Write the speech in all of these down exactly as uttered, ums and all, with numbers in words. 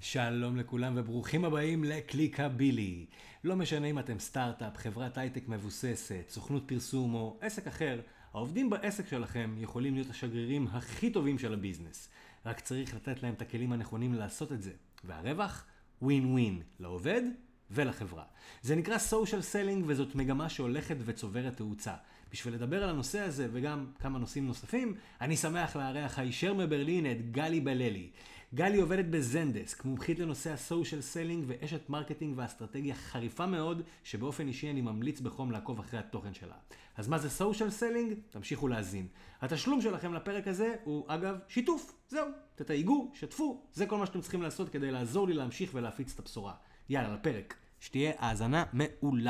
שלום לכולם וברוכים הבאים לקליקבילי. לא משנה אם אתם סטארט-אפ, חברת הייטק מבוססת, סוכנות פרסום או עסק אחר, העובדים בעסק שלכם יכולים להיות השגרירים הכי טובים של הביזנס. רק צריך לתת להם את הכלים הנכונים לעשות את זה. והרווח? ווין ווין לעובד ולחברה. זה נקרא סושיאל סלינג וזאת מגמה שהולכת וצוברת תאוצה. בשביל לדבר על הנושא הזה וגם כמה נושאים נוספים, אני שמח לארח הישר מברלין את גלי בללי. גלי עובדת בזנדסק, מומחית לנושא הסושיאל סלינג ואשת מרקטינג ואסטרטגיה חריפה מאוד, שבאופן אישי אני ממליץ בחום לעקוב אחרי התוכן שלה. אז מה זה סושיאל סלינג? תמשיכו להזין. התשלום שלכם לפרק הזה הוא אגב שיתוף. זהו, תתייגו, שתפו, זה כל מה שאתם צריכים לעשות כדי לעזור לי להמשיך ולהפיץ את הבשורה. יאללה, לפרק. שתהיה האזנה מעולה.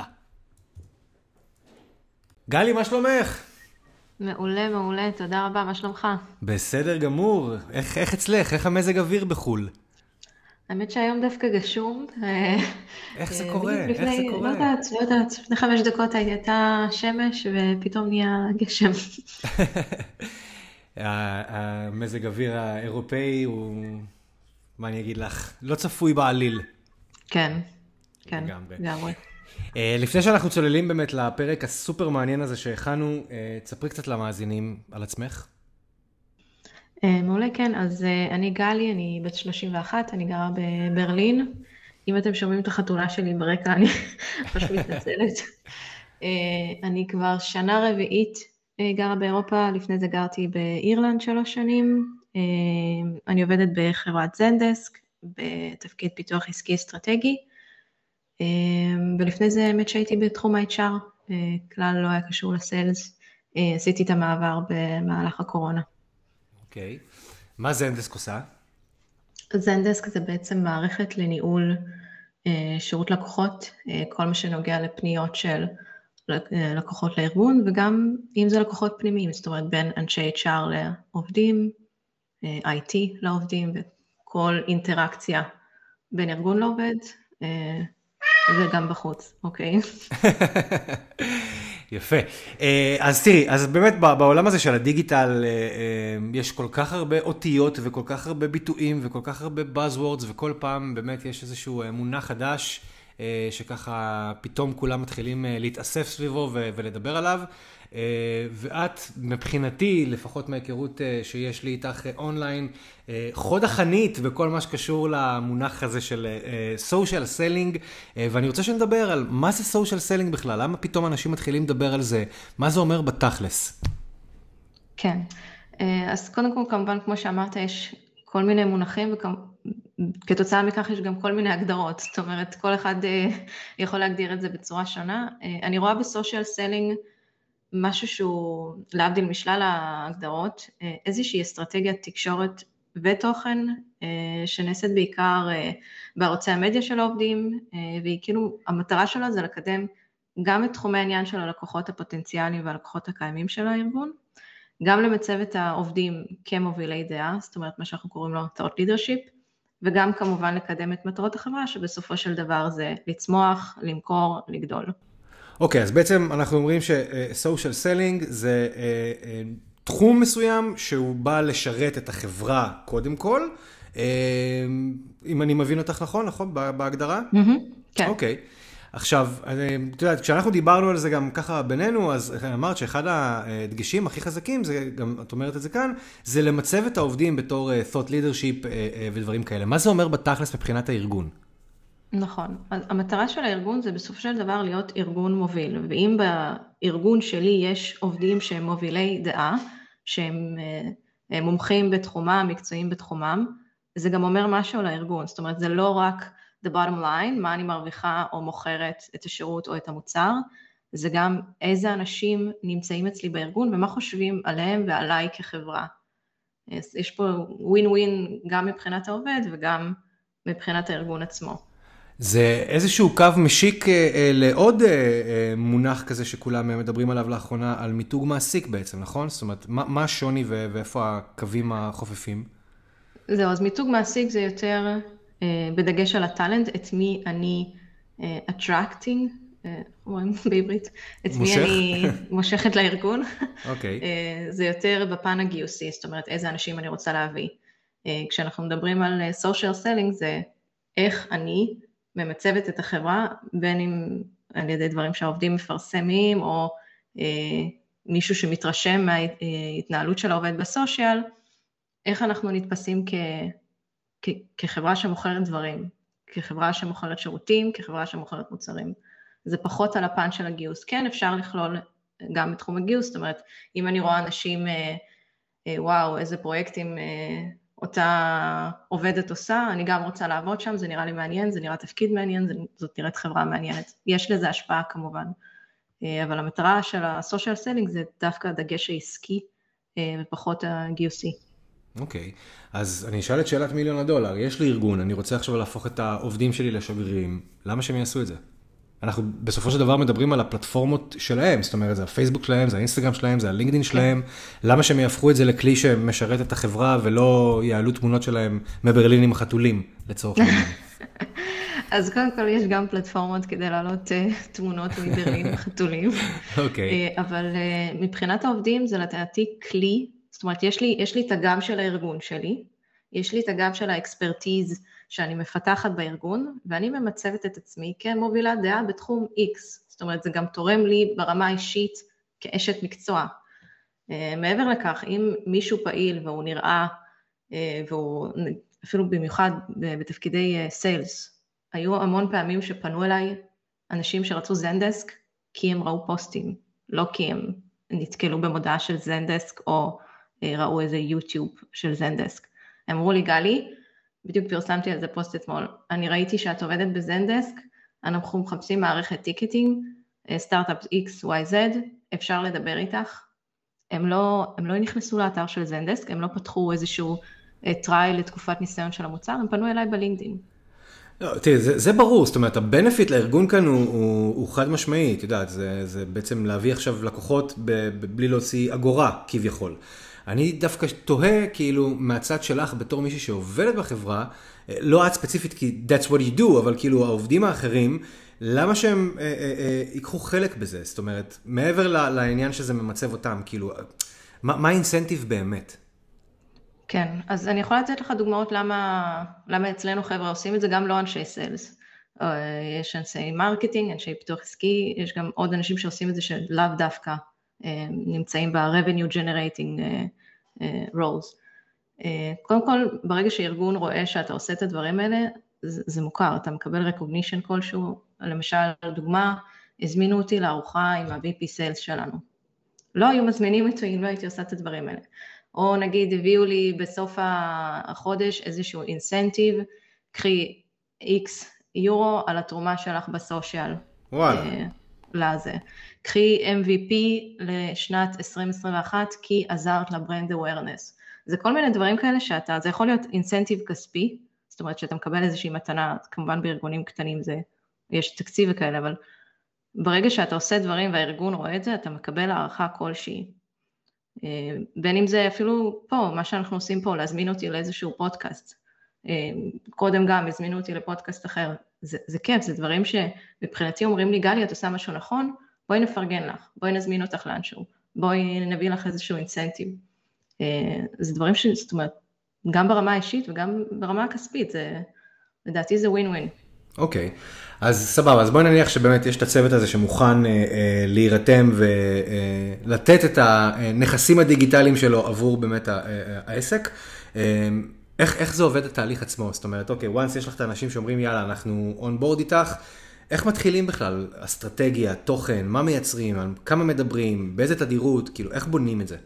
גלי, מה שלומך? מעולה, מעולה, תודה רבה, מה שלומך? בסדר גמור. איך, איך אצלך? איך המזג אוויר בחול? האמת שהיום דווקא גשום. איך זה קורה? איך לפני, זה קורה? לא יודעת, לא יודעת, לפני חמש דקות הייתה שמש ופתאום נהיה גשם. המזג אוויר האירופאי הוא, מה אני אגיד לך, לא צפוי בעליל. כן, כן, לגמרי. לגמרי. לפני שאנחנו צוללים באמת לפרק הסופר מעניין הזה שהכנו, תספרי קצת למאזינים על עצמך. מעולה, כן, אז אני גלי, אני בת שלושים ואחת, אני גרה בברלין. אם אתם שומעים את החתולה שלי ברקע, אני פשוט מתנצלת. אני כבר שנה רביעית גרה באירופה, לפני זה גרתי באירלנד שלוש שנים. אני עובדת בחברת זנדסק, בתפקיד פיתוח עסקי אסטרטגי. ולפני זה האמת שהייתי בתחום ה-אייץ' אר, כלל לא היה קשור לסיילס, עשיתי את המעבר במהלך הקורונה. אוקיי, מה זנדסק עושה? זנדסק זה בעצם מערכת לניהול שירות לקוחות, כל מה שנוגע לפניות של לקוחות לארגון, וגם אם זה לקוחות פנימיים, זאת אומרת בין אנשי אייץ' אר לעובדים, איי טי לעובדים, וכל אינטראקציה בין ארגון לעובד, וגם בחוץ, אוקיי. יפה. אז תראי, אז באמת בעולם הזה של הדיגיטל יש כל כך הרבה אותיות וכל כך הרבה ביטויים וכל כך הרבה buzzwords, וכל פעם באמת יש איזשהו מונח חדש שככה פתאום כולם מתחילים להתאסף סביבו ולדבר עליו. ואת מבחינתי, לפחות מההיכרות שיש לי איתך אונליין, חוד החנית וכל מה שקשור למונח הזה של סושיאל סלינג, ואני רוצה שנדבר על מה זה סושיאל סלינג בכלל, למה פתאום אנשים מתחילים לדבר על זה, מה זה אומר בתכלס? כן, אז קודם כל כמובן כמו שאמרת יש כל מיני מונחים וכתוצאה מכך יש גם כל מיני הגדרות, זאת אומרת כל אחד יכול להגדיר את זה בצורה שונה. אני רואה בסושיאל סלינג משהו שהוא להבדיל משלל ההגדרות, איזושהי אסטרטגיית תקשורת ותוכן שנעשית בעיקר בערוצי המדיה של העובדים, והיא כאילו המטרה שלה זה לקדם גם את תחומי העניין של הלקוחות הפוטנציאליים והלקוחות הקיימים של הארגון, גם למצב את העובדים כמובילי דעה, זאת אומרת מה שאנחנו קוראים לו תאות לידרשיפ, וגם כמובן לקדם את מטרות החברה שבסופו של דבר זה לצמוח, למכור, לגדול. אוקיי, אז בעצם אנחנו אומרים ש-social selling זה תחום מסוים שהוא בא לשרת את החברה קודם כל, אם אני מבין אותך נכון, נכון, בהגדרה? כן. אוקיי, עכשיו, את יודעת, כשאנחנו דיברנו על זה גם ככה בינינו, אז אמרת שאחד הדגשים הכי חזקים, זה גם, את אומרת את זה כאן, זה למצב את העובדים בתור thought leadership ודברים כאלה. מה זה אומר בתכלס מבחינת הארגון? נכון, המטרה של הארגון זה בסופו של דבר להיות ארגון מוביל, ואם בארגון שלי יש עובדים שהם מובילי דעה, שהם מומחים בתחומם, מקצועיים בתחומם, זה גם אומר משהו לארגון, זאת אומרת זה לא רק the bottom line, מה אני מרוויחה או מוכרת את השירות או את המוצר, זה גם איזה אנשים נמצאים אצלי בארגון ומה חושבים עליהם ועליי כחברה. יש פה ווין ווין גם מבחינת העובד וגם מבחינת הארגון עצמו. זה איזשהו קו משיק לעוד מונח כזה שכולם מדברים עליו לאחרונה, על מיתוג מעסיק בעצם, נכון? זאת אומרת, מה, מה השוני ואיפה הקווים החופפים? זהו, אז מיתוג מעסיק זה יותר בדגש על הטלנט, את מי אני attracting, אומרים בעברית, את מי אני מושכת לארגון. אוקיי. זה יותר בפן הגיוסי, זאת אומרת, איזה אנשים אני רוצה להביא. כשאנחנו מדברים על social selling, זה איך אני ממצבת את החברה, בין אם על ידי דברים שהעובדים מפרסמים, או אה, מישהו שמתרשם מההתנהלות של העובד בסושיאל, איך אנחנו נתפסים כ, כ, כחברה שמוכרת דברים, כחברה שמוכרת שירותים, כחברה שמוכרת מוצרים. זה פחות על הפן של הגיוס. כן, אפשר לכלול גם בתחום הגיוס, זאת אומרת, אם אני רואה אנשים, אה, אה, וואו, איזה פרויקטים אה, אותה עובדת עושה, אני גם רוצה לעבוד שם, זה נראה לי מעניין, זה נראה תפקיד מעניין, זאת נראית חברה מעניינת. יש לזה השפעה כמובן, אה, אבל המטרה של הסושיאל סלינג זה דווקא הדגש העסקי, אה, ופחות הגיוסי. אוקיי, okay. אז אני אשאל את שאלת מיליון הדולר, יש לי ארגון, אני רוצה עכשיו להפוך את העובדים שלי לשגרירים, למה שהם יעשו את זה? אנחנו בסופו של דבר מדברים על הפלטפורמות שלהם, זאת אומרת, זה הפייסבוק שלהם, זה האינסטגרם שלהם, זה הלינקדין שלהם, למה שהם יהפכו את זה לכלי שמשרת את החברה, ולא יעלו תמונות שלהם מברלין עם חתולים, לצורך העניין? אז קודם כל יש גם פלטפורמות כדי להעלות תמונות מברלין עם חתולים. אוקיי. אבל מבחינת העובדים זה לדעתי כלי, זאת אומרת, יש לי, יש לי את הגב של הארגון שלי, יש לי את הגב של האקספרטיז שאני מפתחת בארגון, ואני ממצבת את עצמי כמובילת דעה בתחום X. זאת אומרת, זה גם תורם לי ברמה האישית כאשת מקצוע. מעבר לכך, אם מישהו פעיל והוא נראה, והוא אפילו במיוחד בתפקידי סיילס, היו המון פעמים שפנו אליי אנשים שרצו זנדסק, כי הם ראו פוסטים, לא כי הם נתקלו במודעה של זנדסק, או ראו איזה יוטיוב של זנדסק. הם אמרו לי, גלי, בדיוק פרסמתי על זה פוסט אתמול, אני ראיתי שאת עובדת בזנדסק, אנחנו מחפשים מערכת טיקטינג, סטארט-אפ X, Y, Z, אפשר לדבר איתך. הם לא, הם לא נכנסו לאתר של זנדסק, הם לא פתחו איזשהו טרייל לתקופת ניסיון של המוצר, הם פנו אליי בלינקדין. לא, תראי, זה, זה ברור, זאת אומרת, הבנפיט לארגון כאן הוא, הוא, הוא חד משמעי, את יודעת, זה, זה בעצם להביא עכשיו לקוחות ב, ב, בלי להוציא אגורה, כביכול. אני דווקא תוהה, כאילו, מהצד שלך, בתור מישהי שעובדת בחברה, לא את ספציפית, כי that's what you do, אבל כאילו, העובדים האחרים, למה שהם אה, אה, אה, ייקחו חלק בזה? זאת אומרת, מעבר ל, לעניין שזה ממצב אותם, כאילו, מה, מה האינסנטיב באמת? כן, אז אני יכולה לתת לך דוגמאות למה, למה אצלנו חבר'ה עושים את זה, גם לא אנשי סיילס. יש אנשי מרקטינג, אנשי פיתוח עסקי, יש גם עוד אנשים שעושים את זה שלאו דווקא נמצאים ב-revenue generating roles. קודם כל, ברגע שארגון רואה שאתה עושה את הדברים האלה, זה, זה מוכר, אתה מקבל recognition כלשהו, למשל, דוגמה, הזמינו אותי לארוחה עם ה-וי פי Sales שלנו. לא היו מזמינים איתו אם לא הייתי עושה את הדברים האלה. או נגיד הביאו לי בסוף החודש איזשהו אינסנטיב, קחי X יורו על התרומה שלך בסושיאל. וואלה. לזה. קחי אם וי פי לשנת עשרים עשרים ואחת כי עזרת לברנד אווירנס. זה כל מיני דברים כאלה שאתה, זה יכול להיות אינסנטיב כספי, זאת אומרת שאתה מקבל איזושהי מתנה, כמובן בארגונים קטנים זה, יש תקציב וכאלה, אבל ברגע שאתה עושה דברים והארגון רואה את זה, אתה מקבל הערכה כלשהי. בין אם זה אפילו פה, מה שאנחנו עושים פה, להזמין אותי לאיזשהו פודקאסט. קודם גם הזמינו אותי לפודקאסט אחר. זה, זה כיף, זה דברים שמבחינתי אומרים לי, גלי, את עושה משהו נכון, בואי נפרגן לך, בואי נזמין אותך לאנשהו, בואי נביא לך איזשהו אינסנטיב. זה דברים ש... זאת אומרת, גם ברמה האישית וגם ברמה הכספית, זה, לדעתי זה ווין ווין. אוקיי, אז סבבה, אז בואי נניח שבאמת יש את הצוות הזה שמוכן אה, אה, להירתם ולתת אה, את הנכסים הדיגיטליים שלו עבור באמת ה, אה, העסק. אה, איך, איך זה עובד התהליך עצמו? זאת אומרת, אוקיי, once יש לך את האנשים שאומרים, יאללה, אנחנו on board איתך, איך מתחילים בכלל? אסטרטגיה, תוכן, מה מייצרים, כמה מדברים, באיזה תדירות, כאילו, איך בונים את זה?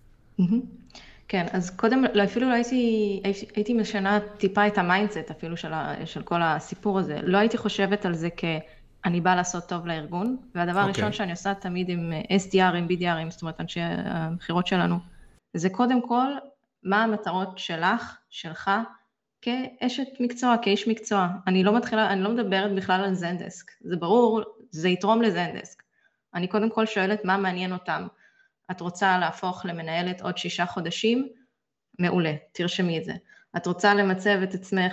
כן, אז קודם, אפילו לא הייתי, הייתי משנה טיפה את המיינדסט אפילו של, של כל הסיפור הזה. לא הייתי חושבת על זה כאני באה לעשות טוב לארגון, והדבר הראשון שאני עושה תמיד עם אס די אר, עם בי די אר, זאת אומרת, אנשי המחירות שלנו, זה קודם כל, מה המטרות שלך, שלך, כאשת מקצוע, כאיש מקצוע. אני לא מתחילה, אני לא מדברת בכלל על זנדסק. זה ברור, זה יתרום לזנדסק. אני קודם כל שואלת מה מעניין אותם. את רוצה להפוך למנהלת עוד שישה חודשים? מעולה, תרשמי את זה. את רוצה למצב את עצמך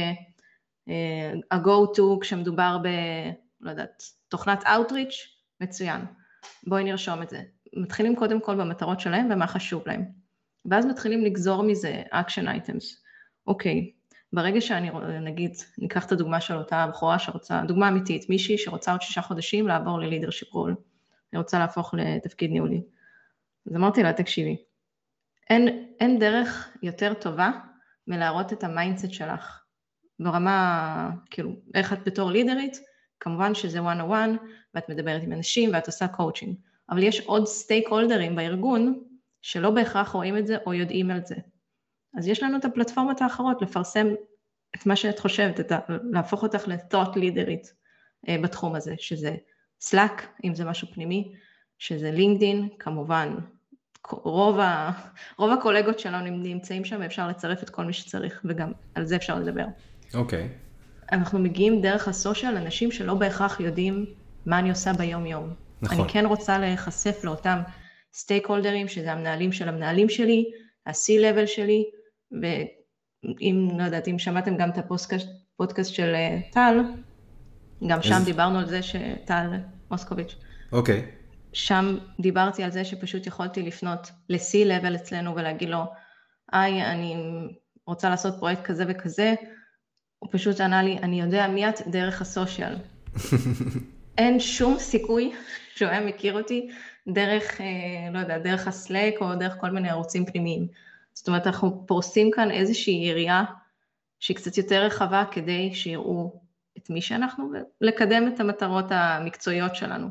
כ-go-to כשמדובר ב, לא יודעת, תוכנת outreach? מצוין. בואי נרשום את זה. מתחילים קודם כל במטרות שלהם ומה חשוב להם. ואז מתחילים לגזור מזה action items. אוקיי, ברגע שאני, נגיד, ניקח את הדוגמה של אותה בחורה שרוצה, דוגמה אמיתית, מישהי שרוצה עוד שישה חודשים לעבור ל-leadership role, היא רוצה להפוך לתפקיד ניהולי. אז אמרתי לה, תקשיבי, אין, אין דרך יותר טובה מלהראות את המיינדסט שלך, ברמה, כאילו, איך את בתור לידרית, כמובן שזה one on one, ואת מדברת עם אנשים ואת עושה קואוצ'ינג, אבל יש עוד סטייק הולדרים בארגון, שלא בהכרח רואים את זה או יודעים על זה. אז יש לנו את הפלטפורמות האחרות, לפרסם את מה שאת חושבת, את ה, להפוך אותך לתות לידרית אה, בתחום הזה, שזה Slack, אם זה משהו פנימי, שזה לינקדין, כמובן, רוב, ה, רוב הקולגות שלנו נמצאים שם, ואפשר לצרף את כל מי שצריך, וגם על זה אפשר לדבר. אוקיי. אנחנו מגיעים דרך הסושיאל, אנשים שלא בהכרח יודעים מה אני עושה ביום יום. נכון. אני כן רוצה להיחשף לאותם סטייק הולדרים, שזה המנהלים של המנהלים שלי, ה-C-Level שלי, ואם, לא יודעת, אם שמעתם גם את הפודקאסט של טל, גם שם איזה... דיברנו על זה שטל מוסקוביץ'. אוקיי. שם דיברתי על זה שפשוט יכולתי לפנות ל-C-Level אצלנו ולהגיד לו, היי, אני רוצה לעשות פרויקט כזה וכזה, הוא פשוט ענה לי, אני יודע מי את דרך הסושיאל. אין שום סיכוי שהוא היה מכיר אותי דרך, לא יודע, דרך הסלק או דרך כל מיני ערוצים פנימיים. זאת אומרת, אנחנו פורסים כאן איזושהי יריעה שהיא קצת יותר רחבה כדי שיראו את מי שאנחנו ולקדם את המטרות המקצועיות שלנו.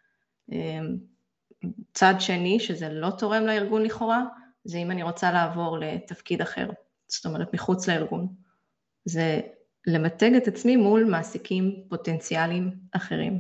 צד שני, שזה לא תורם לארגון לכאורה, זה אם אני רוצה לעבור לתפקיד אחר, זאת אומרת, מחוץ לארגון. זה למתג את עצמי מול מעסיקים פוטנציאליים אחרים.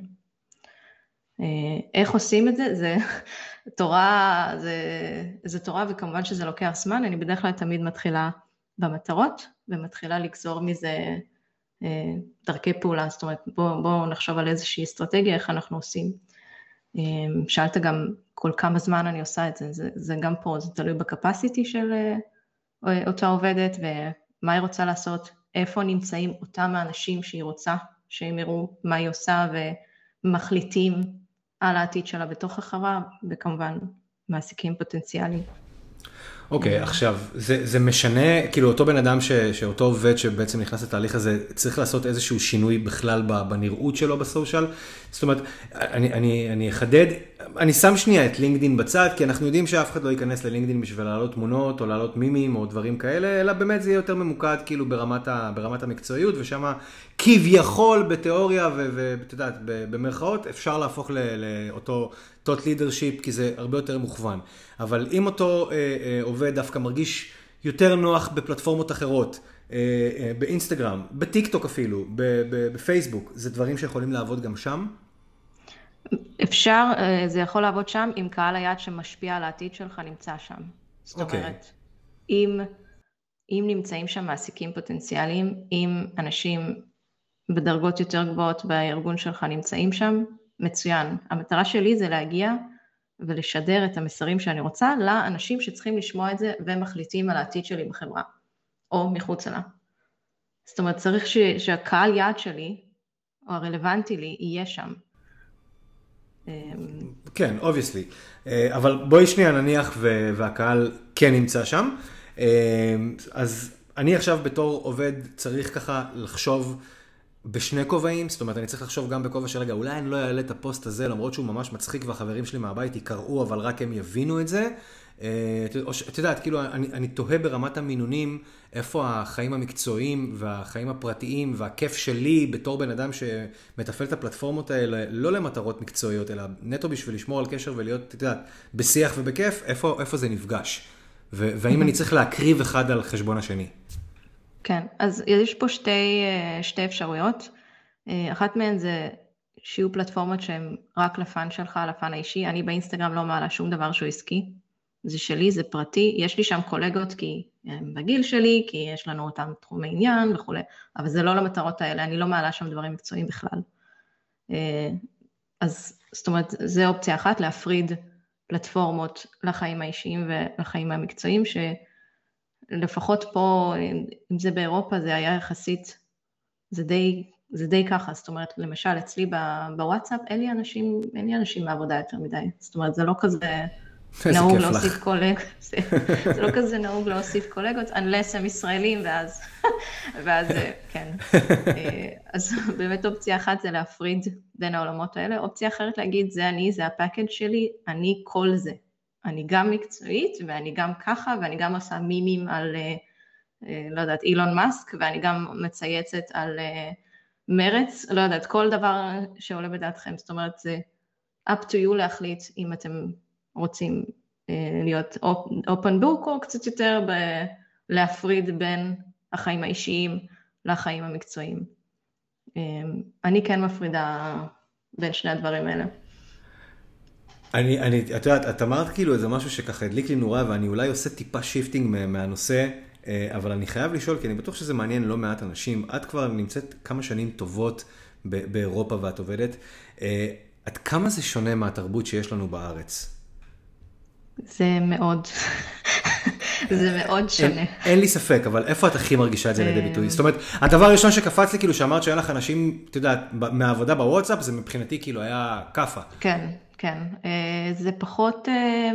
איך עושים את זה? זה תורה, זה, זה תורה, וכמובן שזה לוקח זמן. אני בדרך כלל תמיד מתחילה במטרות, ומתחילה לגזור מזה דרכי פעולה. זאת אומרת, בואו בוא נחשוב על איזושהי אסטרטגיה, איך אנחנו עושים. שאלת גם כל כמה זמן אני עושה את זה, זה, זה גם פה, זה תלוי בקפסיטי של אותה עובדת, ומה היא רוצה לעשות, איפה נמצאים אותם האנשים שהיא רוצה, שהם יראו מה היא עושה, ומחליטים על העתיד שלה בתוך החברה, וכמובן מעסיקים פוטנציאליים. אוקיי, okay, עכשיו, זה, זה משנה, כאילו אותו בן אדם ש, שאותו עובד שבעצם נכנס לתהליך הזה, צריך לעשות איזשהו שינוי בכלל בנראות שלו בסושיאל. זאת אומרת, אני, אני, אני אחדד, אני שם שנייה את לינקדין בצד, כי אנחנו יודעים שאף אחד לא ייכנס ללינקדין בשביל להעלות תמונות, או להעלות מימים, או דברים כאלה, אלא באמת זה יהיה יותר ממוקד, כאילו ברמת, ה, ברמת המקצועיות, ושמה כביכול בתיאוריה, ואתה יודעת, במרכאות, אפשר להפוך לאותו תות לידרשיפ, כי זה הרבה יותר מוכוון. אבל אם אותו אה, אה, עובד דווקא מרגיש יותר נוח בפלטפורמות אחרות, אה, אה, באינסטגרם, בטיקטוק אפילו, בפייסבוק, זה דברים שיכולים לעבוד גם שם? אפשר, זה יכול לעבוד שם, אם קהל היעד שמשפיע על העתיד שלך נמצא שם. זאת אומרת, okay. אם, אם נמצאים שם מעסיקים פוטנציאליים, אם אנשים בדרגות יותר גבוהות בארגון שלך נמצאים שם, מצוין. המטרה שלי זה להגיע ולשדר את המסרים שאני רוצה לאנשים שצריכים לשמוע את זה ומחליטים על העתיד שלי בחברה, או מחוץ לה. זאת אומרת, צריך ש, שהקהל יעד שלי, או הרלוונטי לי, יהיה שם. כן, obviously. אבל בואי שנייה נניח והקהל כן נמצא שם. אז אני עכשיו בתור עובד צריך ככה לחשוב בשני כובעים, זאת אומרת, אני צריך לחשוב גם בכובע של רגע, אולי אני לא אעלה את הפוסט הזה, למרות שהוא ממש מצחיק והחברים שלי מהבית יקראו, אבל רק הם יבינו את זה. את יודעת, כאילו, אני, אני תוהה ברמת המינונים, איפה החיים המקצועיים והחיים הפרטיים והכיף שלי בתור בן אדם שמטפל את הפלטפורמות האלה, לא למטרות מקצועיות, אלא נטו בשביל לשמור על קשר ולהיות, את יודעת, בשיח ובכיף, איפה, איפה זה נפגש. והאם אני צריך להקריב אחד על חשבון השני. כן, אז יש פה שתי, שתי אפשרויות. אחת מהן זה שיהיו פלטפורמות שהן רק לפן שלך, לפן האישי. אני באינסטגרם לא מעלה שום דבר שהוא עסקי. זה שלי, זה פרטי. יש לי שם קולגות כי הם בגיל שלי, כי יש לנו אותם תחומי עניין וכו'. אבל זה לא למטרות האלה, אני לא מעלה שם דברים מקצועיים בכלל. אז זאת אומרת, זה אופציה אחת, להפריד פלטפורמות לחיים האישיים ולחיים המקצועיים, ש... לפחות פה, אם זה באירופה, זה היה יחסית, זה די, זה די ככה, זאת אומרת, למשל, אצלי בוואטסאפ, אין לי אנשים, אין לי אנשים מעבודה יותר מדי, זאת אומרת, זה לא כזה נהוג להוסיף קולגות, זה, זה לא כזה נהוג להוסיף קולגות, unless הם ישראלים, ואז, ואז כן. אז באמת אופציה אחת זה להפריד בין העולמות האלה, אופציה אחרת להגיד, זה אני, זה הפאקד שלי, אני כל זה. אני גם מקצועית, ואני גם ככה, ואני גם עושה מימים על, לא יודעת, אילון מאסק, ואני גם מצייצת על מרץ, לא יודעת, כל דבר שעולה בדעתכם, זאת אומרת, זה up to you להחליט אם אתם רוצים להיות open book, או קצת יותר ב- להפריד בין החיים האישיים לחיים המקצועיים. אני כן מפרידה בין שני הדברים האלה. אני, אני, את יודעת, את אמרת כאילו איזה משהו שככה הדליק לי נורא, ואני אולי עושה טיפה שיפטינג מהנושא, אבל אני חייב לשאול, כי אני בטוח שזה מעניין לא מעט אנשים. את כבר נמצאת כמה שנים טובות באירופה ואת עובדת. עד כמה זה שונה מהתרבות שיש לנו בארץ? זה מאוד, זה מאוד שונה. אין, אין לי ספק, אבל איפה את הכי מרגישה את זה לידי ביטוי? זאת אומרת, הדבר הראשון שקפץ לי, כאילו שאמרת שאין לך אנשים, אתה יודעת, מהעבודה בוואטסאפ, זה מבחינתי כאילו היה קפה. כן, כן. זה פחות,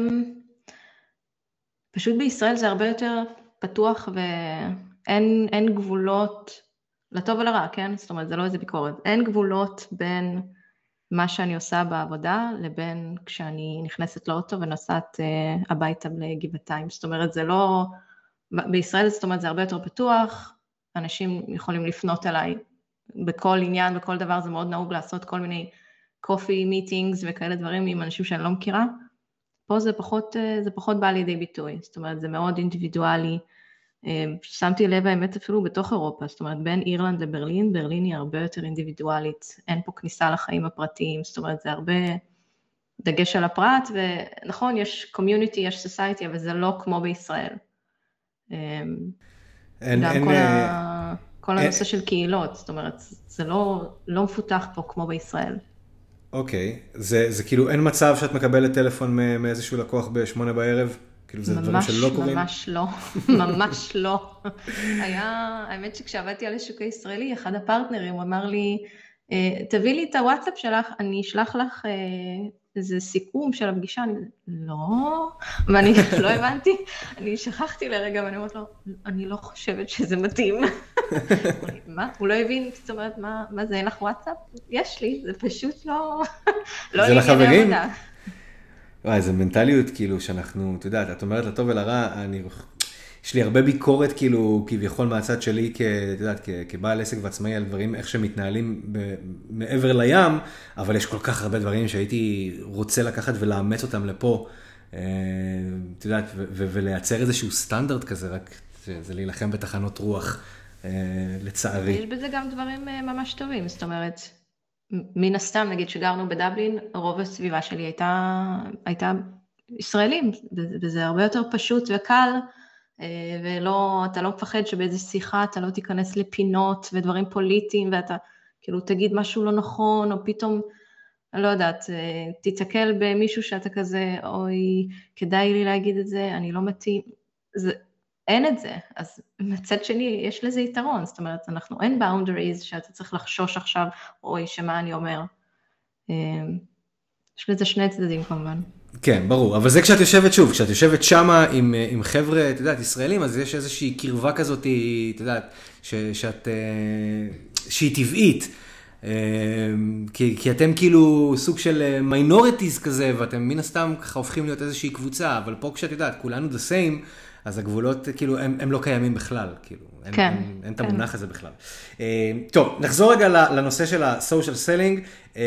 פשוט בישראל זה הרבה יותר פתוח ואין אין גבולות, לטוב ולרע, כן? זאת אומרת, זה לא איזה ביקורת. אין גבולות בין מה שאני עושה בעבודה, לבין כשאני נכנסת לאוטו ונוסעת uh, הביתה לגבעתיים. זאת אומרת, זה לא, בישראל זאת אומרת, זה הרבה יותר פתוח, אנשים יכולים לפנות אליי בכל עניין, בכל דבר, זה מאוד נהוג לעשות כל מיני coffee meetings וכאלה דברים עם אנשים שאני לא מכירה. פה זה פחות, זה פחות בא לידי ביטוי, זאת אומרת, זה מאוד אינדיבידואלי. שמתי לב האמת אפילו בתוך אירופה, זאת אומרת, בין אירלנד לברלין, ברלין היא הרבה יותר אינדיבידואלית, אין פה כניסה לחיים הפרטיים, זאת אומרת, זה הרבה דגש על הפרט, ונכון, יש קומיוניטי, יש סוסייטי, אבל זה לא כמו בישראל. אין, גם אין, כל, אין, ה... כל הנושא אין... של קהילות, זאת אומרת, זה לא, לא מפותח פה כמו בישראל. אוקיי, זה, זה כאילו, אין מצב שאת מקבלת טלפון מאיזשהו לקוח בשמונה בערב? כאילו זה דברים שלא קוראים? ממש לא, ממש לא. היה, האמת שכשעבדתי על השוק הישראלי, אחד הפרטנרים הוא אמר לי, תביא לי את הוואטסאפ שלך, אני אשלח לך איזה סיכום של הפגישה, אני לא, ואני לא הבנתי, אני שכחתי לרגע, ואני אומרת לו, אני לא חושבת שזה מתאים. מה? הוא לא הבין, זאת אומרת, מה זה, אין לך וואטסאפ? יש לי, זה פשוט לא, לא לענייני עבודה. וואי, זו מנטליות כאילו שאנחנו, אתה יודעת, את אומרת לטוב ולרע, אני, יש לי הרבה ביקורת כאילו כביכול מהצד שלי, כ, אתה יודעת, כ, כבעל עסק ועצמאי על דברים, איך שמתנהלים ב, מעבר לים, אבל יש כל כך הרבה דברים שהייתי רוצה לקחת ולאמץ אותם לפה, אתה יודעת, ו, ו, ולייצר איזשהו סטנדרט כזה, רק זה להילחם בתחנות רוח, לצערי. יש בזה גם דברים ממש טובים, זאת אומרת, מן הסתם, נגיד שגרנו בדבלין, רוב הסביבה שלי הייתה, הייתה ישראלים, וזה הרבה יותר פשוט וקל, ולא, אתה לא מפחד שבאיזו שיחה אתה לא תיכנס לפינות ודברים פוליטיים, ואתה כאילו תגיד משהו לא נכון, או פתאום, אני לא יודעת, תתקל במישהו שאתה כזה, אוי, כדאי לי להגיד את זה, אני לא מתאים, זה, אין את זה, אז מצד שני יש לזה יתרון, זאת אומרת, אנחנו אין boundaries שאתה צריך לחשוש עכשיו, אוי, שמה אני אומר. יש לזה שני צדדים כמובן. כן, ברור, אבל זה כשאת יושבת שוב, כשאת יושבת שמה עם, עם חבר'ה, את יודעת, ישראלים, אז יש איזושהי קרבה כזאת, את יודעת, ש, שאת, שהיא טבעית, כי, כי אתם כאילו סוג של minorities כזה, ואתם מן הסתם ככה הופכים להיות איזושהי קבוצה, אבל פה כשאת יודעת, כולנו the same, אז הגבולות, כאילו, הם, הם לא קיימים בכלל, כאילו, אין, כן, אין, אין כן. את המונח הזה בכלל. טוב, נחזור רגע לנושא של ה-social selling,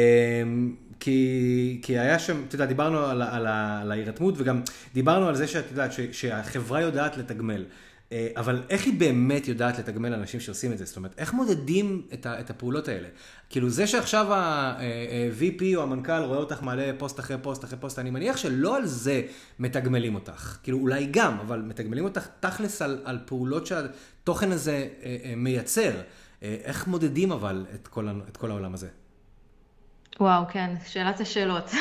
כי, כי היה שם, אתה יודע, דיברנו על, על, על ההירתמות, וגם דיברנו על זה שאת יודעת, שהחברה יודעת לתגמל, אבל איך היא באמת יודעת לתגמל אנשים שעושים את זה? זאת אומרת, איך מודדים את, ה, את הפעולות האלה? כאילו, זה שעכשיו ה-וי פי או המנכ"ל רואה אותך מעלה פוסט אחרי פוסט אחרי פוסט, אני מניח שלא על זה מתגמלים אותך. כאילו, אולי גם, אבל מתגמלים אותך תכלס על, על פעולות שהתוכן הזה מייצר. איך מודדים אבל את כל, את כל העולם הזה? וואו, כן, שאלת השאלות.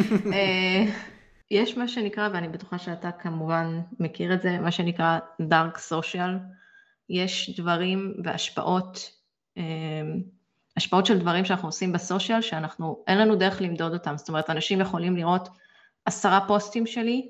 יש מה שנקרא, ואני בטוחה שאתה כמובן מכיר את זה, מה שנקרא דארק סושיאל. יש דברים והשפעות, השפעות של דברים שאנחנו עושים בסושיאל, שאנחנו, אין לנו דרך למדוד אותם. זאת אומרת, אנשים יכולים לראות עשרה פוסטים שלי,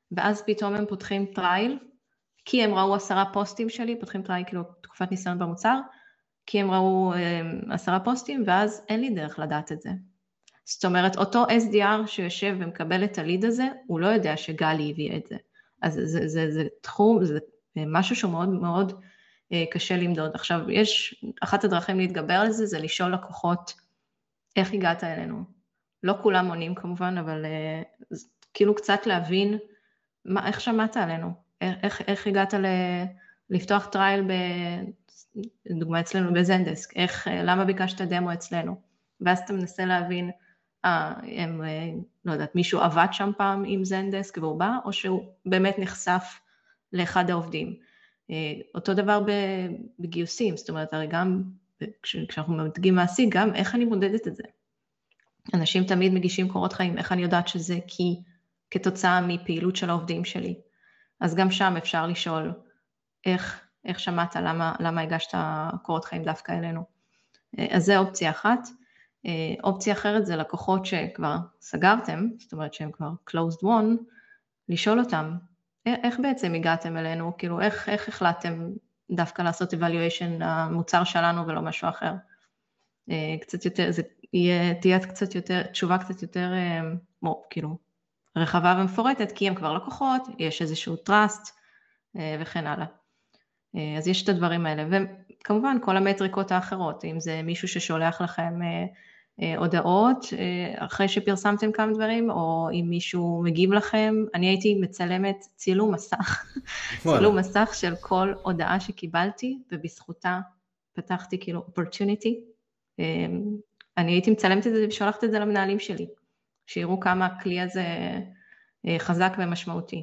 ואז פתאום הם פותחים טרייל, כי הם ראו עשרה פוסטים שלי, פותחים טרייל כאילו תקופת ניסיון במוצר, כי הם ראו עשרה פוסטים, ואז אין לי דרך לדעת את זה. זאת אומרת, אותו אס די אר שיושב ומקבל את הליד הזה, הוא לא יודע שגלי הביא את זה. אז זה, זה, זה, זה תחום, זה משהו שהוא מאוד מאוד קשה למדוד. עכשיו, יש, אחת הדרכים להתגבר על זה, זה לשאול לקוחות, איך הגעת אלינו? לא כולם עונים כמובן, אבל כאילו קצת להבין, מה, איך שמעת עלינו? איך, איך הגעת ל, לפתוח טרייל, בדוגמה אצלנו בזנדסק, איך, למה ביקשת דמו אצלנו? ואז אתה מנסה להבין, אה, הם, לא יודעת, מישהו עבד שם פעם עם זנדסק והוא בא, או שהוא באמת נחשף לאחד העובדים. אותו דבר בגיוסים, זאת אומרת, הרי גם כשאנחנו מדגים מעשי, גם איך אני מודדת את זה. אנשים תמיד מגישים קורות חיים, איך אני יודעת שזה כי כתוצאה מפעילות של העובדים שלי. אז גם שם אפשר לשאול איך, איך שמעת, למה, למה הגשת קורות חיים דווקא אלינו. אז זה אופציה אחת. אופציה אחרת זה לקוחות שכבר סגרתם, זאת אומרת שהם כבר closed won, לשאול אותם, איך בעצם הגעתם אלינו, כאילו איך, איך החלטתם דווקא לעשות evaluation המוצר שלנו ולא משהו אחר. קצת יותר, זה יהיה, תהיה קצת יותר, תשובה קצת יותר, כמו, כאילו, רחבה ומפורטת, כי הם כבר לקוחות, יש איזשהו trust וכן הלאה. אז יש את הדברים האלה, וכמובן כל המטריקות האחרות, אם זה מישהו ששולח לכם הודעות אחרי שפרסמתם כמה דברים, או אם מישהו מגיב לכם, אני הייתי מצלמת צילום מסך, צילום מסך של כל הודעה שקיבלתי, ובזכותה פתחתי כאילו opportunity, אני הייתי מצלמת את זה ושולחת את זה למנהלים שלי, שיראו כמה הכלי הזה חזק ומשמעותי.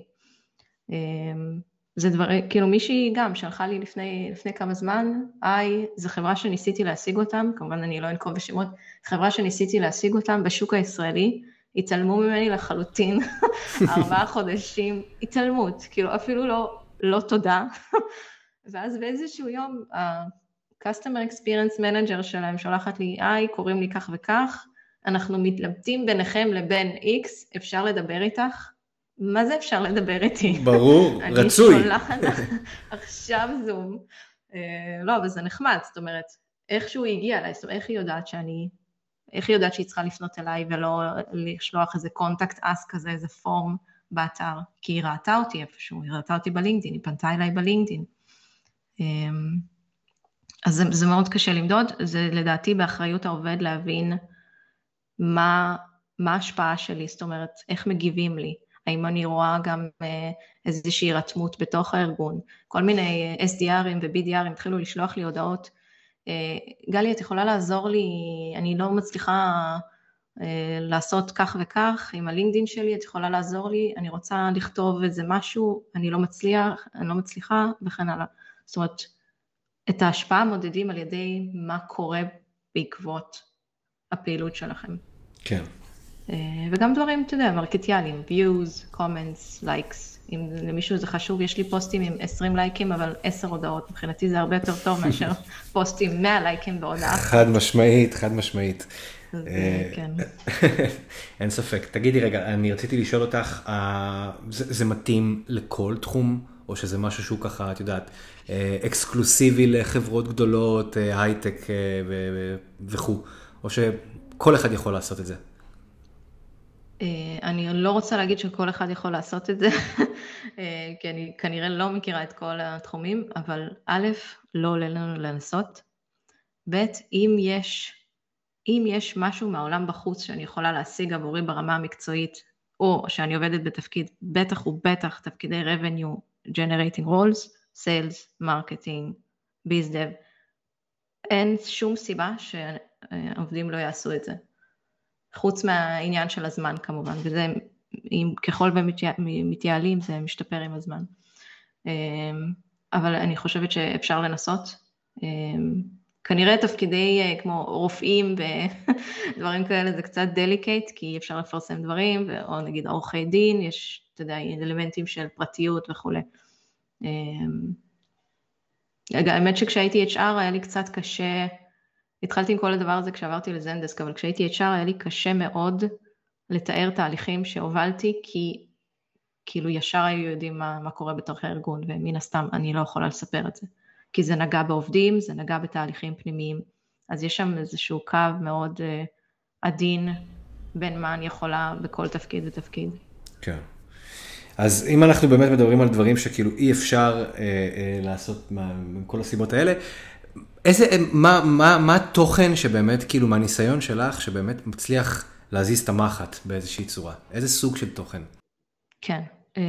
זה דבר, כאילו מישהי גם שלחה לי לפני, לפני כמה זמן, היי, זו חברה שניסיתי להשיג אותם, כמובן אני לא אנקוב בשמות, חברה שניסיתי להשיג אותם בשוק הישראלי, התעלמו ממני לחלוטין, ארבעה חודשים, התעלמות, כאילו אפילו לא, לא תודה, ואז באיזשהו יום, ה-Customer Experience Manager שלהם שולחת לי, היי, קוראים לי כך וכך, אנחנו מתלבטים ביניכם לבין X, אפשר לדבר איתך? מה זה אפשר לדבר איתי? ברור, רצוי. אני שולחת עכשיו זום. לא, אבל זה נחמד, זאת אומרת, איך שהוא הגיע אליי, זאת אומרת, איך היא יודעת שאני, איך היא יודעת שהיא צריכה לפנות אליי, ולא לשלוח איזה קונטקט אס כזה, איזה פורם באתר, כי היא ראתה אותי איפשהו, היא ראתה אותי בלינקדין, היא פנתה אליי בלינקדין. אז זה, זה מאוד קשה למדוד, זה לדעתי באחריות העובד להבין מה, מה ההשפעה שלי, זאת אומרת, איך מגיבים לי, האם אני רואה גם איזושהי רתמות בתוך הארגון, כל מיני אס די ארים ו-בי די ארים התחילו לשלוח לי הודעות, גלי, את יכולה לעזור לי, אני לא מצליחה לעשות כך וכך, עם הלינקדין שלי, את יכולה לעזור לי, אני רוצה לכתוב איזה משהו, אני לא מצליח, אני לא מצליחה, וכן הלאה. זאת אומרת, את ההשפעה מודדים על ידי מה קורה בעקבות הפעילות שלכם. כן. וגם דברים, אתה יודע, מרקטיאליים, views, comments, likes, אם למישהו זה חשוב, יש לי פוסטים עם עשרים לייקים, אבל עשר הודעות, מבחינתי זה הרבה יותר טוב מאשר פוסטים מאה לייקים בהודעה. חד משמעית, חד משמעית. כן. אין ספק. תגידי רגע, אני רציתי לשאול אותך, זה מתאים לכל תחום, או שזה משהו שהוא ככה, את יודעת, אקסקלוסיבי לחברות גדולות, הייטק וכו', או שכל אחד יכול לעשות את זה? אני לא רוצה להגיד שכל אחד יכול לעשות את זה, כי אני כנראה לא מכירה את כל התחומים, אבל א', לא עולה לנו לנסות, ב', אם יש, אם יש משהו מהעולם בחוץ שאני יכולה להשיג עבורי ברמה המקצועית, או שאני עובדת בתפקיד, בטח ובטח תפקידי revenue generating roles, sales, marketing, biz dev, אין שום סיבה שעובדים לא יעשו את זה. חוץ מהעניין של הזמן כמובן, וזה, אם, ככל ומתייעלים, זה משתפר עם הזמן. אבל אני חושבת שאפשר לנסות. כנראה תפקידי כמו רופאים ודברים כאלה, זה קצת דליקייט, כי אי אפשר לפרסם דברים, או נגיד עורכי דין, יש, אתה יודע, אלמנטים של פרטיות וכו'. האמת שכשהייתי אייץ' אר היה לי קצת קשה, התחלתי עם כל הדבר הזה כשעברתי לזנדסק, אבל כשהייתי אייץ' אר היה לי קשה מאוד לתאר תהליכים שהובלתי, כי כאילו ישר היו יודעים מה, מה קורה בתוך הארגון, ומן הסתם אני לא יכולה לספר את זה, כי זה נגע בעובדים, זה נגע בתהליכים פנימיים, אז יש שם איזשהו קו מאוד uh, עדין, בין מה אני יכולה בכל תפקיד ותפקיד. כן. אז אם אנחנו באמת מדברים על דברים שכאילו אי אפשר אה, אה, לעשות מכל הסיבות האלה, איזה, מה, מה, מה התוכן שבאמת, כאילו, מהניסיון שלך, שבאמת מצליח להזיז את המחט באיזושהי צורה? איזה סוג של תוכן? כן.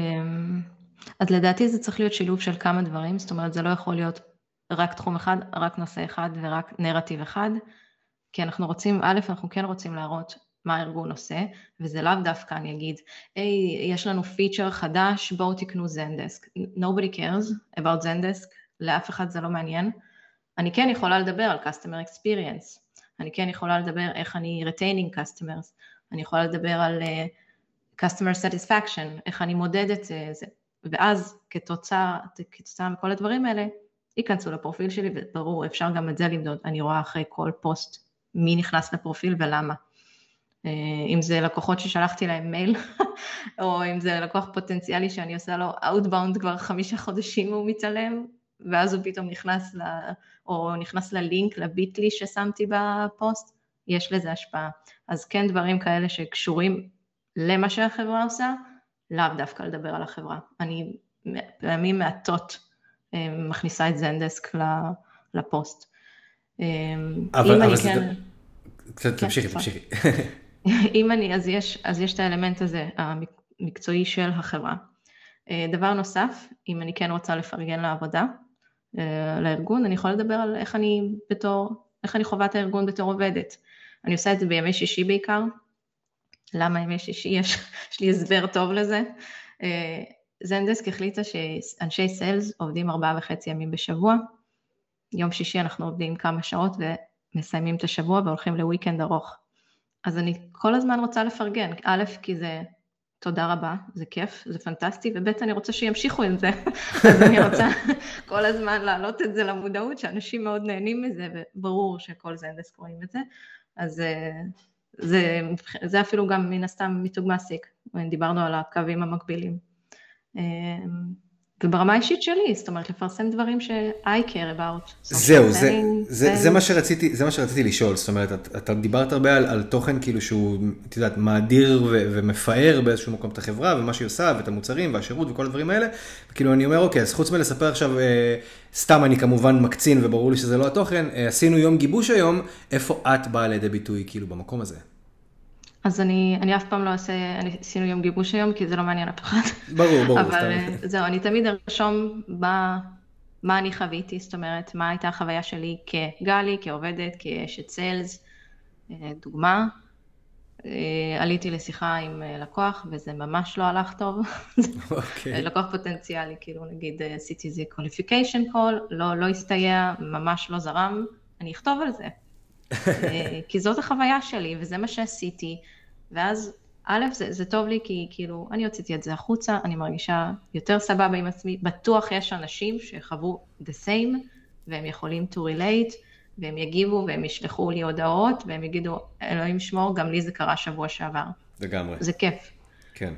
אז לדעתי זה צריך להיות שילוב של כמה דברים, זאת אומרת, זה לא יכול להיות רק תחום אחד, רק נושא אחד ורק נרטיב אחד, כי אנחנו רוצים, א', אנחנו כן רוצים להראות מה הארגון עושה, וזה לאו דווקא, אני אגיד, היי, יש לנו פיצ'ר חדש, בואו תקנו Zendesk. Nobody cares about Zendesk, לאף אחד זה לא מעניין. אני כן יכולה לדבר על Customer Experience, אני כן יכולה לדבר איך אני retaining customers, אני יכולה לדבר על uh, Customer Satisfaction, איך אני מודד את זה, ואז כתוצאה, כתוצאה מכל הדברים האלה, ייכנסו לפרופיל שלי, וברור, אפשר גם את זה למדוד, אני רואה אחרי כל פוסט, מי נכנס לפרופיל ולמה. אם זה לקוחות ששלחתי להם מייל, או אם זה לקוח פוטנציאלי שאני עושה לו Outbound כבר חמישה חודשים הוא מצלם, ואז הוא פתאום נכנס, ל, או נכנס ללינק, לביטלי ששמתי בפוסט, יש לזה השפעה. אז כן דברים כאלה שקשורים למה שהחברה עושה, לאו דווקא לדבר על החברה. אני פעמים מעטות מכניסה את Zendesk לפוסט. אבל, אבל זה... כן... קצת תמשיכי, תמשיכי. אם אני, אז יש, אז יש את האלמנט הזה, המקצועי של החברה. דבר נוסף, אם אני כן רוצה לפרגן לעבודה, לארגון, אני יכולה לדבר על איך אני בתור, איך אני חובה את הארגון בתור עובדת. אני עושה את זה בימי שישי בעיקר. למה ימי שישי? יש, יש לי הסבר טוב לזה. Zendesk החליטה שאנשי סיילס עובדים ארבעה וחצי ימים בשבוע. יום שישי אנחנו עובדים כמה שעות ומסיימים את השבוע והולכים לוויקנד ארוך. אז אני כל הזמן רוצה לפרגן. א', כי זה תודה רבה, זה כיף, זה פנטסטי, וב' אני רוצה שימשיכו עם זה. אז אני רוצה כל הזמן להעלות את זה למודעות, שאנשים מאוד נהנים מזה, וברור שכל Zendesk רואים את זה. אז זה, זה אפילו גם מן הסתם מיתוג מעסיק. דיברנו על הקווים המקבילים. וברמה האישית שלי, זאת אומרת, לפרסם דברים ש-I care about. זהו, זה, זה, זה מה שרציתי, זה מה שרציתי לשאול, זאת אומרת, אתה, אתה דיברת הרבה על, על תוכן כאילו שהוא, את יודעת, מאדיר ו, ומפאר באיזשהו מקום את החברה, ומה שהיא עושה, ואת המוצרים, והשירות, וכל הדברים האלה, וכאילו אני אומר, אוקיי, אז חוץ מלספר עכשיו, אה, סתם אני כמובן מקצין, וברור לי שזה לא התוכן, אה, עשינו יום גיבוש היום, איפה את באה לידי ביטוי, כאילו, במקום הזה? אז אני, אני אף פעם לא אעשה, אני עשינו יום גיבוש היום, כי זה לא מעניין אף אחד. ברור, ברור. אבל זהו, אני תמיד ארשום מה, מה אני חוויתי, זאת אומרת, מה הייתה החוויה שלי כגלי, כעובדת, כאשת סיילס, דוגמה. עליתי לשיחה עם לקוח, וזה ממש לא הלך טוב. Okay. לקוח פוטנציאלי, כאילו נגיד, עשיתי זה qualification call, לא, לא הסתייע, ממש לא זרם, אני אכתוב על זה. כי זאת החוויה שלי, וזה מה שעשיתי, ואז, א', זה, זה טוב לי, כי כאילו, אני הוצאתי את זה החוצה, אני מרגישה יותר סבבה עם עצמי, בטוח יש אנשים שחוו the same, והם יכולים to relate, והם יגיבו, והם ישלחו לי הודעות, והם יגידו, אלוהים שמור, גם לי זה קרה שבוע שעבר. לגמרי. זה כיף. כן.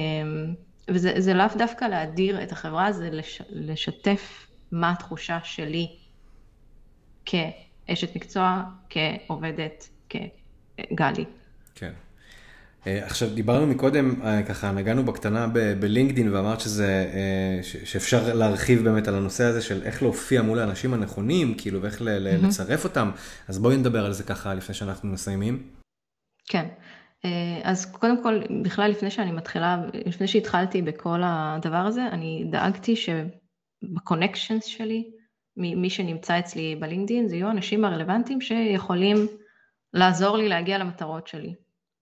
וזה זה לאו דווקא להדיר את החברה, זה לש, לשתף מה התחושה שלי, כ... אשת מקצוע, כעובדת, כגלי. כן. עכשיו, דיברנו מקודם, ככה, נגענו בקטנה בלינקדין, ואמרת שזה, שאפשר להרחיב באמת על הנושא הזה, של איך להופיע מול האנשים הנכונים, כאילו, ואיך לצרף אותם. אז בואי נדבר על זה ככה, לפני שאנחנו מסיימים. כן. אז קודם כל, בכלל, לפני שאני מתחילה, לפני שהתחלתי בכל הדבר הזה, אני דאגתי שבקונקשנס שלי, מי שנמצא אצלי בלינקדין, זה יהיו אנשים הרלוונטיים שיכולים לעזור לי להגיע למטרות שלי.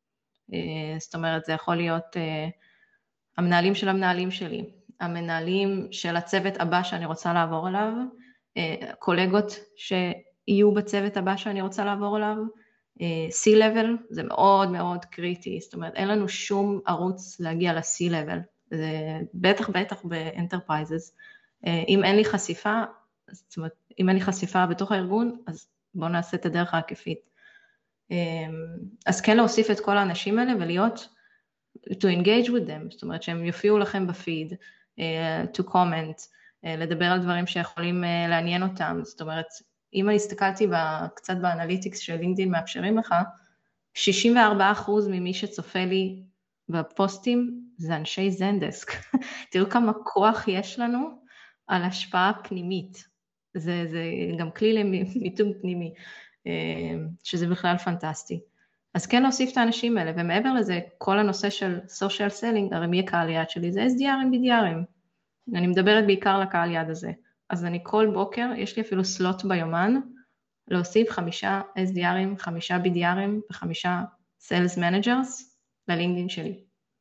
זאת אומרת, זה יכול להיות המנהלים של המנהלים שלי, המנהלים של הצוות הבא שאני רוצה לעבור אליו, קולגות שיהיו בצוות הבא שאני רוצה לעבור אליו, C-Level, זה מאוד מאוד קריטי, זאת אומרת, אין לנו שום ערוץ להגיע ל-C-Level, זה בטח בטח ב-Enterprises, אם אין לי חשיפה, זאת אומרת, אם אין לי חשיפה בתוך הארגון, אז בואו נעשה את הדרך העקיפית. אז כן להוסיף את כל האנשים האלה ולהיות to engage with them, זאת אומרת שהם יופיעו לכם בפיד, uh, to comment, uh, לדבר על דברים שיכולים uh, לעניין אותם, זאת אומרת, אם אני הסתכלתי קצת באנליטיקס של לינקדין מאפשרים לך, שישים וארבעה אחוז ממי שצופה לי בפוסטים זה אנשי זנדסק. תראו כמה כוח יש לנו על השפעה פנימית. זה, זה גם כלי למיתוג פנימי, שזה בכלל פנטסטי. אז כן להוסיף את האנשים האלה, ומעבר לזה, כל הנושא של social selling, הרי מי הקהל יעד שלי? זה אס די ארים, בי די ארים. אני מדברת בעיקר לקהל יעד הזה. אז אני כל בוקר, יש לי אפילו סלוט ביומן, להוסיף חמישה אס די ארים, חמישה בי די ארים וחמישה Sales Managers ללינקדין שלי.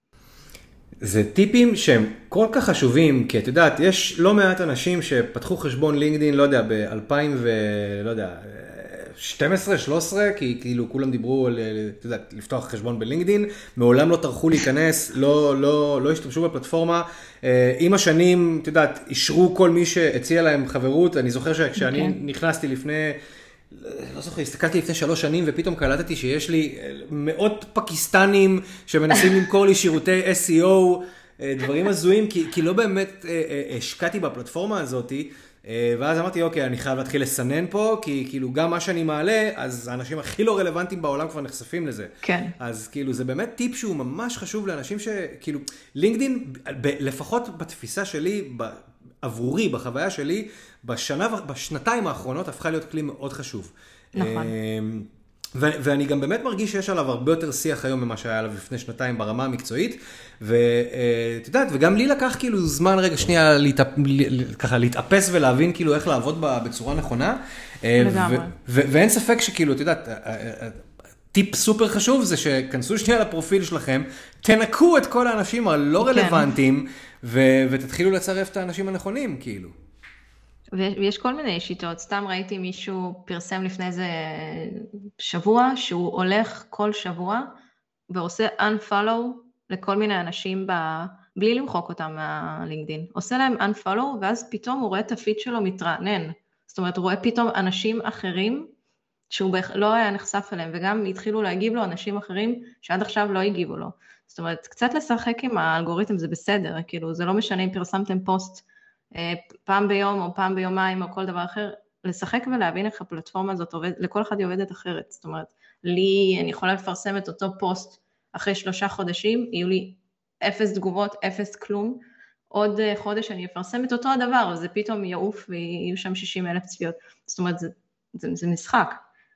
זה טיפים שהם כל כך חשובים, כי את יודעת, יש לא מעט אנשים שפתחו חשבון לינקדין, לא יודע, ב-אלפיים ו... לא יודע, שתים עשרה, שלוש עשרה, כי כאילו כולם דיברו על, את יודעת, לפתוח חשבון בלינקדין, מעולם לא טרחו להיכנס, לא, לא, לא השתמשו בפלטפורמה. עם השנים, את יודעת, אישרו כל מי שהציע להם חברות. אני זוכר שכשאני okay. נכנסתי לפני, לא זוכר, הסתכלתי לפני שלוש שנים, ופתאום קלטתי שיש לי מאות פקיסטנים שמנסים למכור לי שירותי אס אי או, דברים הזויים, כי, כי לא באמת השקעתי בפלטפורמה הזאת, ואז אמרתי, אוקיי, אני חייב להתחיל לסנן פה, כי כאילו גם מה שאני מעלה, אז האנשים הכי לא רלוונטיים בעולם כבר נחשפים לזה. כן. אז כאילו זה באמת טיפ שהוא ממש חשוב לאנשים שכאילו, לינקדין, לפחות בתפיסה שלי, עבורי, בחוויה שלי, בשנה, בשנתיים האחרונות הפכה להיות כלי מאוד חשוב. נכון. ו- ואני גם באמת מרגיש שיש עליו הרבה יותר שיח היום ממה שהיה עליו לפני שנתיים ברמה המקצועית, ואת יודעת, וגם לי לקח כאילו זמן רגע שנייה להתאפ... ככה להתאפס ולהבין כאילו איך לעבוד בצורה נכונה, לגמרי. ו- ו- ואין ספק שכאילו, את יודעת, טיפ סופר חשוב זה שכנסו שנייה לפרופיל שלכם, תנקו את כל האנשים הלא רלוונטיים, ו- ותתחילו לצרף את האנשים הנכונים, כאילו. ויש כל מיני שיטות, סתם ראיתי מישהו פרסם לפני איזה שבוע, שהוא הולך כל שבוע, ועושה unfollow לכל מיני אנשים, ב... בלי למחוק אותם מהלינקדין. עושה להם unfollow, ואז פתאום הוא רואה את הפיד שלו מתרענן. זאת אומרת, הוא רואה פתאום אנשים אחרים, שהוא לא היה נחשף אליהם, וגם התחילו להגיב לו אנשים אחרים, שעד עכשיו לא הגיבו לו. זאת אומרת, קצת לשחק עם האלגוריתם זה בסדר, כאילו זה לא משנה אם פרסמתם פוסט, פעם ביום או פעם ביומיים או כל דבר אחר, לשחק ולהבין איך הפלטפורמה הזאת עובדת, לכל אחד היא עובדת אחרת, זאת אומרת, לי, אני יכולה לפרסם את אותו פוסט אחרי שלושה חודשים, יהיו לי אפס תגובות, אפס כלום, עוד חודש אני אפרסם את אותו הדבר, אז זה פתאום יעוף ויהיו שם שישים אלף צפיות, זאת אומרת, זה, זה, זה משחק.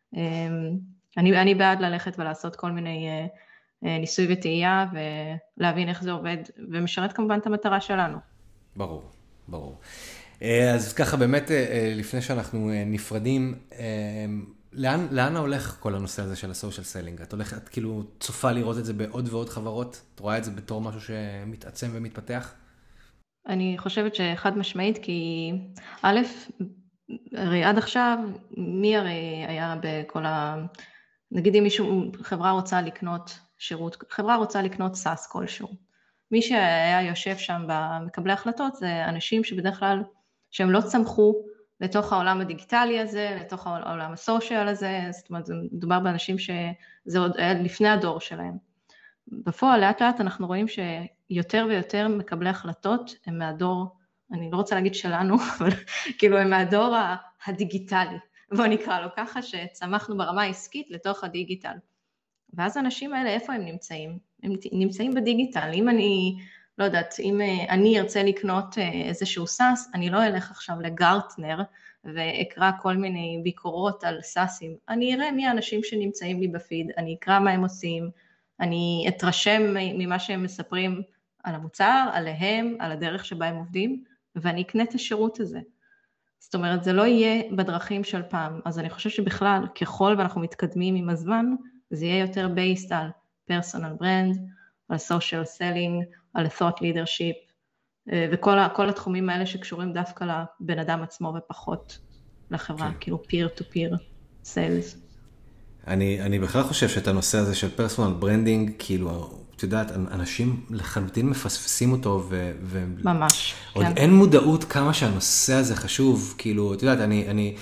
אני, אני בעד ללכת ולעשות כל מיני ניסוי וטעייה, ולהבין איך זה עובד, ומשרת כמובן את המטרה שלנו. ברור. ברור. אז ככה באמת, לפני שאנחנו נפרדים, לאן, לאן הולך כל הנושא הזה של הסושיאל סלינג? את הולכת, את כאילו צופה לראות את זה בעוד ועוד חברות? את רואה את זה בתור משהו שמתעצם ומתפתח? אני חושבת שחד משמעית, כי א', הרי עד עכשיו, מי הרי היה בכל ה... נגיד אם מישהו, חברה רוצה לקנות שירות, חברה רוצה לקנות סאס כלשהו. מי שהיה יושב שם במקבלי החלטות, זה אנשים שבדרך כלל, שהם לא צמחו לתוך העולם הדיגיטלי הזה, לתוך העולם הסושיאל הזה, זאת אומרת, זה מדובר באנשים שזה עוד לפני הדור שלהם. בפועל, לאט לאט אנחנו רואים שיותר ויותר מקבלי החלטות, הם מהדור, אני לא רוצה להגיד שלנו, אבל כאילו הם מהדור הדיגיטלי, בוא נקרא לו ככה, שצמחנו ברמה העסקית לתוך הדיגיטל. ואז האנשים האלה, איפה הם נמצאים? הם נמצאים בדיגיטל. אם אני, לא יודעת, אם אני ארצה לקנות איזשהו סאס, אני לא אלך עכשיו לגרטנר, ואקרא כל מיני ביקורות על סאסים. אני אראה מי האנשים שנמצאים לי בפיד, אני אקרא מה הם עושים, אני אתרשם ממה שהם מספרים על המוצר, עליהם, על הדרך שבה הם עובדים, ואני אקנה את השירות הזה. זאת אומרת, זה לא יהיה בדרכים של פעם. אז אני חושב שבכלל, ככל ואנחנו מתקדמים עם הזמן, זה יהיה יותר based על personal brand, על social selling, על thought leadership, וכל כל התחומים האלה שקשורים דווקא לבן אדם עצמו ופחות לחברה, כן. כאילו peer to peer sales. אני, אני בכלל חושב שאת הנושא הזה של personal branding, כאילו, את יודעת, אנשים לחלוטין מפספסים אותו, ו... ו ממש, עוד כן. אין מודעות כמה שהנושא הזה חשוב, כאילו, את יודעת, אני... אני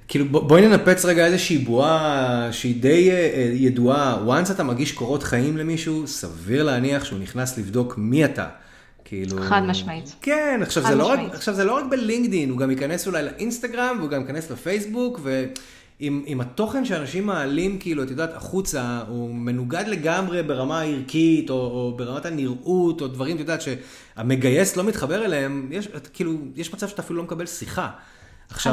כאילו בואי ננפץ רגע איזושהי בועה שהיא די ידועה, once אתה מגיש קורות חיים למישהו, סביר להניח שהוא נכנס לבדוק מי אתה. כאילו... חד משמעית. כן, עכשיו זה, לא רק, עכשיו זה לא רק בלינקדין, הוא גם ייכנס אולי לאינסטגרם, והוא גם ייכנס לפייסבוק, ועם התוכן שאנשים מעלים, כאילו, את יודעת, החוצה, הוא מנוגד לגמרי ברמה הערכית, או, או ברמת הנראות, או דברים, את יודעת, שהמגייס לא מתחבר אליהם, יש, כאילו, יש מצב שאתה אפילו לא מקבל שיחה. עכשיו,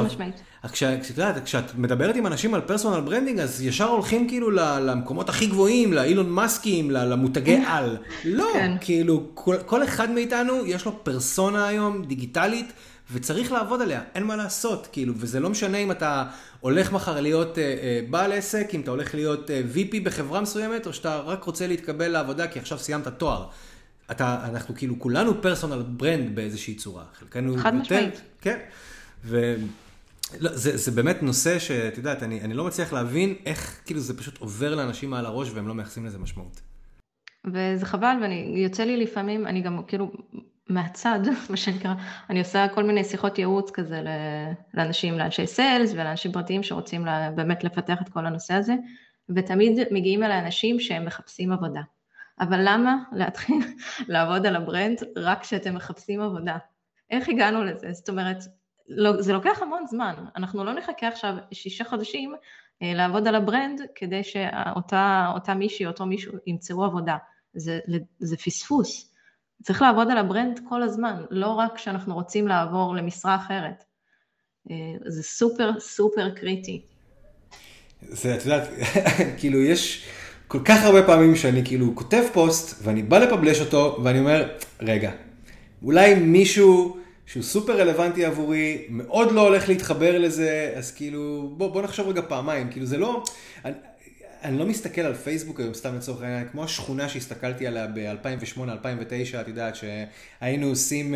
כשאת, כשאת מדברת עם אנשים על פרסונל ברנדינג, אז ישר הולכים כאילו למקומות הכי גבוהים, לאילון מסקים, למותגי על. לא, כאילו, כל, כל אחד מאיתנו יש לו פרסונה היום דיגיטלית, וצריך לעבוד עליה, אין מה לעשות, כאילו, וזה לא משנה אם אתה הולך מחר להיות אה, אה, בעל עסק, אם אתה הולך להיות אה, וי פי בחברה מסוימת, או שאתה רק רוצה להתקבל לעבודה, כי עכשיו סיימת תואר. אתה, אנחנו כאילו, כולנו פרסונל ברנד באיזושהי צורה. חלקנו חד משמעית. כן. וזה זה באמת נושא שאת יודעת, אני, אני לא מצליח להבין איך כאילו זה פשוט עובר לאנשים מעל הראש והם לא מייחסים לזה משמעות. וזה חבל, ואני יוצא לי לפעמים, אני גם כאילו מהצד, מה שנקרא, אני עושה כל מיני שיחות ייעוץ כזה לאנשים, לאנשי סיילס ולאנשים פרטיים שרוצים באמת לפתח את כל הנושא הזה, ותמיד מגיעים אל האנשים שהם מחפשים עבודה. אבל למה להתחיל לעבוד על הברנד רק כשאתם מחפשים עבודה? איך הגענו לזה? זאת אומרת, לא, זה לוקח המון זמן, אנחנו לא נחכה עכשיו שישה חודשים אה, לעבוד על הברנד, כדי שאותה אותה מישהי, אותו מישהו ימצאו עבודה, זה, זה פספוס, צריך לעבוד על הברנד כל הזמן, לא רק כשאנחנו רוצים לעבור למשרה אחרת, אה, זה סופר סופר קריטי. זה, את יודעת, כאילו יש כל כך הרבה פעמים שאני כאילו כותב פוסט, ואני בא לפבלש אותו, ואני אומר, רגע, אולי מישהו שהוא סופר רלוונטי עבורי, מאוד לא הולך להתחבר לזה, אז כאילו, בוא, בוא נחשוב רגע פעמיים, כאילו זה לא, אני, אני לא מסתכל על פייסבוק היום, סתם לצורך העניין, כמו השכונה שהסתכלתי עליה ב-אלפיים ושמונה אלפיים ותשע, את יודעת שהיינו עושים,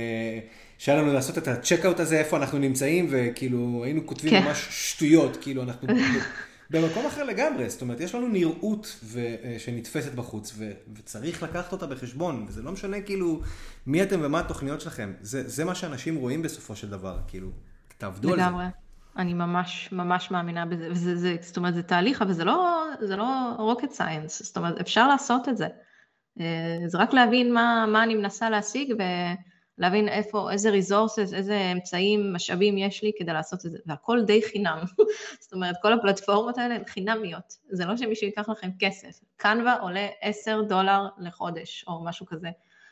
שהיה לנו לעשות את הצ'קאוט הזה, איפה אנחנו נמצאים, וכאילו היינו כותבים כן. ממש שטויות, כאילו אנחנו במקום אחר לגמרי, זאת אומרת, יש לנו נראות ו- שנתפסת בחוץ, ו- וצריך לקחת אותה בחשבון, וזה לא משנה כאילו מי אתם ומה התוכניות שלכם, זה, זה מה שאנשים רואים בסופו של דבר, כאילו, תעבדו על זה. לגמרי, אני ממש ממש מאמינה בזה, וזה, זה, זאת אומרת, זה תהליך, אבל זה לא, זה לא rocket science, זאת אומרת, אפשר לעשות את זה, זה רק להבין מה, מה אני מנסה להשיג, ולהבין איפה, איזה resources, איזה אמצעים, משאבים יש לי כדי לעשות את זה, והכל די חינם, זאת אומרת, כל הפלטפורמות האלה הן חינמיות, זה לא שמישהו ייקח לכם כסף, קנווה עולה עשרה דולר לחודש, או משהו כזה,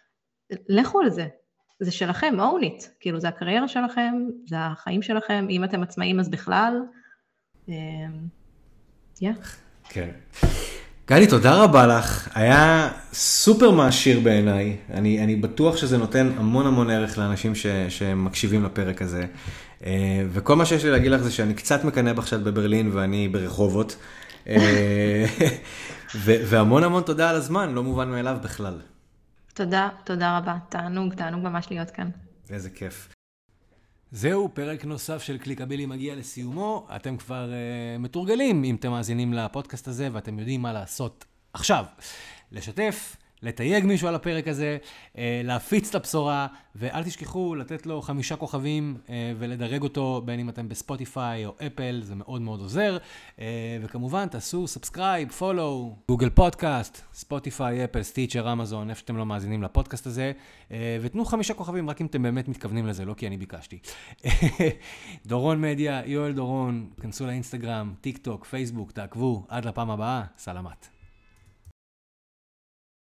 לכו על זה, זה שלכם, own it, כאילו זה הקריירה שלכם, זה החיים שלכם, אם אתם עצמאים אז בכלל, יא. כן. גלי, תודה רבה לך, היה סופר מעשיר בעיניי, אני, אני בטוח שזה נותן המון המון ערך לאנשים ש, שמקשיבים לפרק הזה, וכל מה שיש לי להגיד לך זה שאני קצת מקנא בך שאת בברלין ואני ברחובות, והמון המון תודה על הזמן, לא מובן מאליו בכלל. תודה, תודה רבה, תענוג, תענוג ממש להיות כאן. איזה כיף. זהו, פרק נוסף של קליקבילי מגיע לסיומו. אתם כבר uh, מתורגלים אם אתם מאזינים לפודקאסט הזה, ואתם יודעים מה לעשות עכשיו. לשתף, לתייג מישהו על הפרק הזה, uh, להפיץ את הבשורה, ואל תשכחו לתת לו חמישה כוכבים uh, ולדרג אותו, בין אם אתם בספוטיפיי או אפל, זה מאוד מאוד עוזר. Uh, וכמובן, תעשו סאבסקרייב, פולו, גוגל פודקאסט, ספוטיפיי, אפל, סטיצ'ר, אמזון, איפה שאתם לא מאזינים לפודקאסט הזה, uh, ותנו חמישה כוכבים רק אם אתם באמת מתכוונים לזה, לא כי אני ביקשתי. דורון מדיה, יואל דורון, כנסו לאינסטגרם, טיק טוק, פייסבוק, תעקבו, עד לפעם הבאה, סלמת.